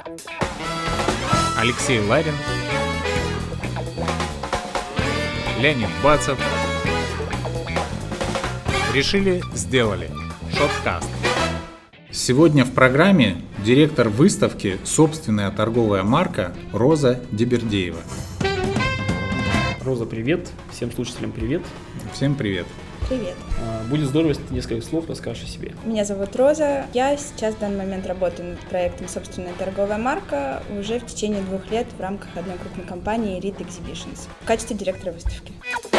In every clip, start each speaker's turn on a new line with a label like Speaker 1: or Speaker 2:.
Speaker 1: Алексей Ларин, Леонид Бацев. Решили, сделали. Шоткаст. Сегодня в программе директор выставки «Собственная торговая марка» Роза Дебердеева.
Speaker 2: Роза, привет. Всем слушателям привет.
Speaker 1: Всем привет.
Speaker 3: Привет.
Speaker 2: Будет здорово, если ты несколько слов расскажешь о себе.
Speaker 3: Меня зовут Роза. Я сейчас в данный момент работаю над проектом «Собственная торговая марка» уже в течение 2 лет в рамках одной крупной компании Elite Exhibitions в качестве директора выставки.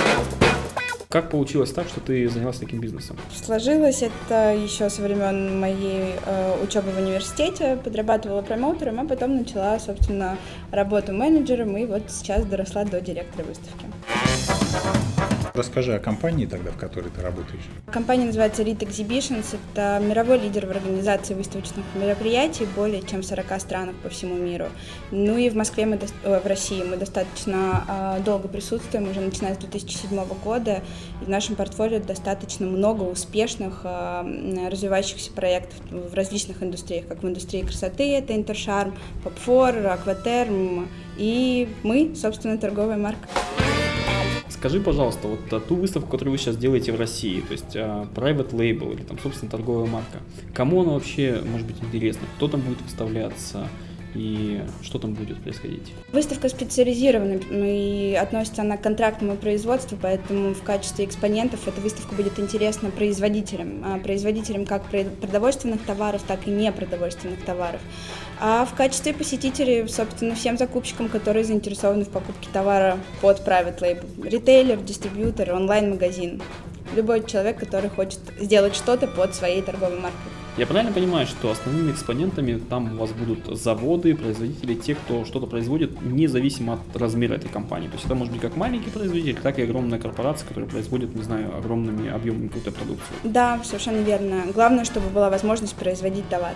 Speaker 2: Как получилось так, что ты занялась таким бизнесом?
Speaker 3: Сложилось это еще со времен моей учебы в университете, подрабатывала промоутером, а потом начала, собственно, работу менеджером и вот сейчас доросла до директора выставки.
Speaker 1: Расскажи о компании тогда, в которой ты работаешь.
Speaker 3: Компания называется Elite Exhibitions. Это мировой лидер в организации выставочных мероприятий в более чем 40 странах по всему миру. Ну и в Москве, в России мы достаточно долго присутствуем, уже начиная с 2007 года. И в нашем портфолио достаточно много успешных развивающихся проектов в различных индустриях, как в индустрии красоты, это Интершарм, Попфор, Акватерм и мы, собственно, торговая марка.
Speaker 2: Скажи, пожалуйста, вот ту выставку, которую вы сейчас делаете в России, то есть private label или там, собственно, торговая марка, кому она вообще может быть интересна? Кто там будет выставляться и что там будет происходить?
Speaker 3: Выставка специализирована и относится она к контрактному производству, поэтому в качестве экспонентов эта выставка будет интересна производителям как продовольственных товаров, так и непродовольственных товаров. А в качестве посетителей, собственно, всем закупщикам, которые заинтересованы в покупке товара под private label. Ритейлер, дистрибьютор, онлайн-магазин. Любой человек, который хочет сделать что-то под своей торговой маркой.
Speaker 2: Я правильно понимаю, что основными экспонентами там у вас будут заводы, производители, те, кто что-то производит, независимо от размера этой компании? То есть это может быть как маленький производитель, так и огромная корпорация, которая производит, не знаю, огромными объемами какую-то продукцию.
Speaker 3: Да, совершенно верно. Главное, чтобы была возможность производить товар.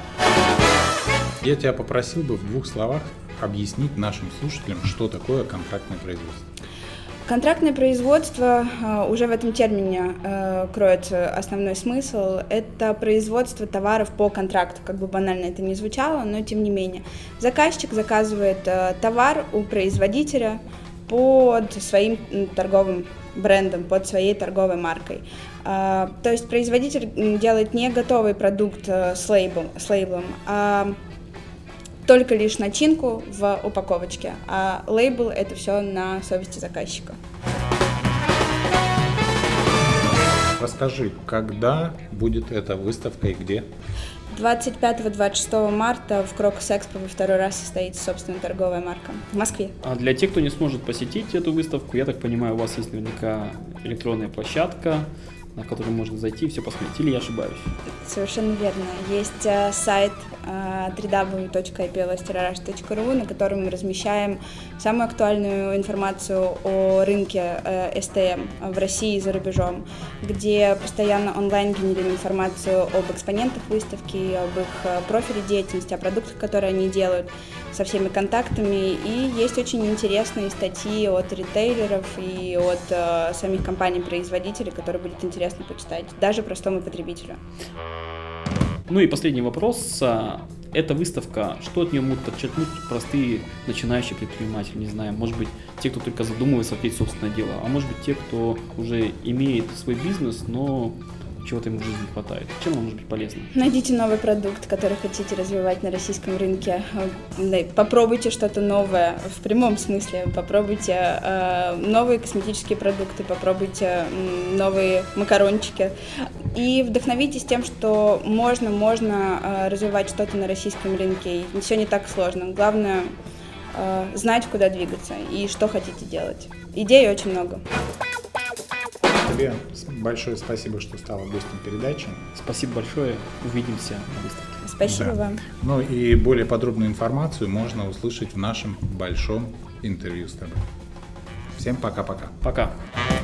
Speaker 1: Я тебя попросил бы в 2 словах объяснить нашим слушателям, что такое контрактное производство.
Speaker 3: Контрактное производство, уже в этом термине кроется основной смысл, это производство товаров по контракту, как бы банально это ни звучало, но тем не менее. Заказчик заказывает товар у производителя под своим торговым брендом, под своей торговой маркой. То есть производитель делает не готовый продукт с лейблом, а только лишь начинку в упаковочке, а лейбл — это все на совести заказчика.
Speaker 1: Расскажи, когда будет эта выставка и где?
Speaker 3: 25-26 марта в Крокус Экспо во 2-й раз состоится собственная торговая марка в Москве.
Speaker 2: А для тех, кто не сможет посетить эту выставку, я так понимаю, у вас есть наверняка электронная площадка, на которую можно зайти и все посмотреть, или я ошибаюсь?
Speaker 3: Совершенно верно. Есть сайт www.iplsterrush.ru, на котором мы размещаем самую актуальную информацию о рынке STM в России и за рубежом, где постоянно онлайн генерим информацию об экспонентах выставки, об их профиле деятельности, о продуктах, которые они делают, со всеми контактами. И есть очень интересные статьи от ритейлеров и от самих компаний-производителей, которые будет интересно почитать, даже простому потребителю.
Speaker 2: Ну и последний вопрос. Эта выставка, что от нее могут подчеркнуть простые начинающие предприниматели, не знаю, может быть, те, кто только задумывается открыть собственное дело, а может быть, те, кто уже имеет свой бизнес, но чего-то ему в жизни не хватает. Чем он может быть полезным?
Speaker 3: Найдите новый продукт, который хотите развивать на российском рынке. Попробуйте что-то новое, в прямом смысле. Попробуйте новые косметические продукты, попробуйте новые макарончики. И вдохновитесь тем, что можно развивать что-то на российском рынке. И все не так сложно. Главное знать, куда двигаться и что хотите делать. Идей очень много.
Speaker 1: Тебе большое спасибо, что стала гостем передачи.
Speaker 2: Спасибо большое. Увидимся на выставке.
Speaker 3: Спасибо вам.
Speaker 1: Ну и более подробную информацию можно услышать в нашем большом интервью с тобой. Всем пока-пока.
Speaker 2: Пока.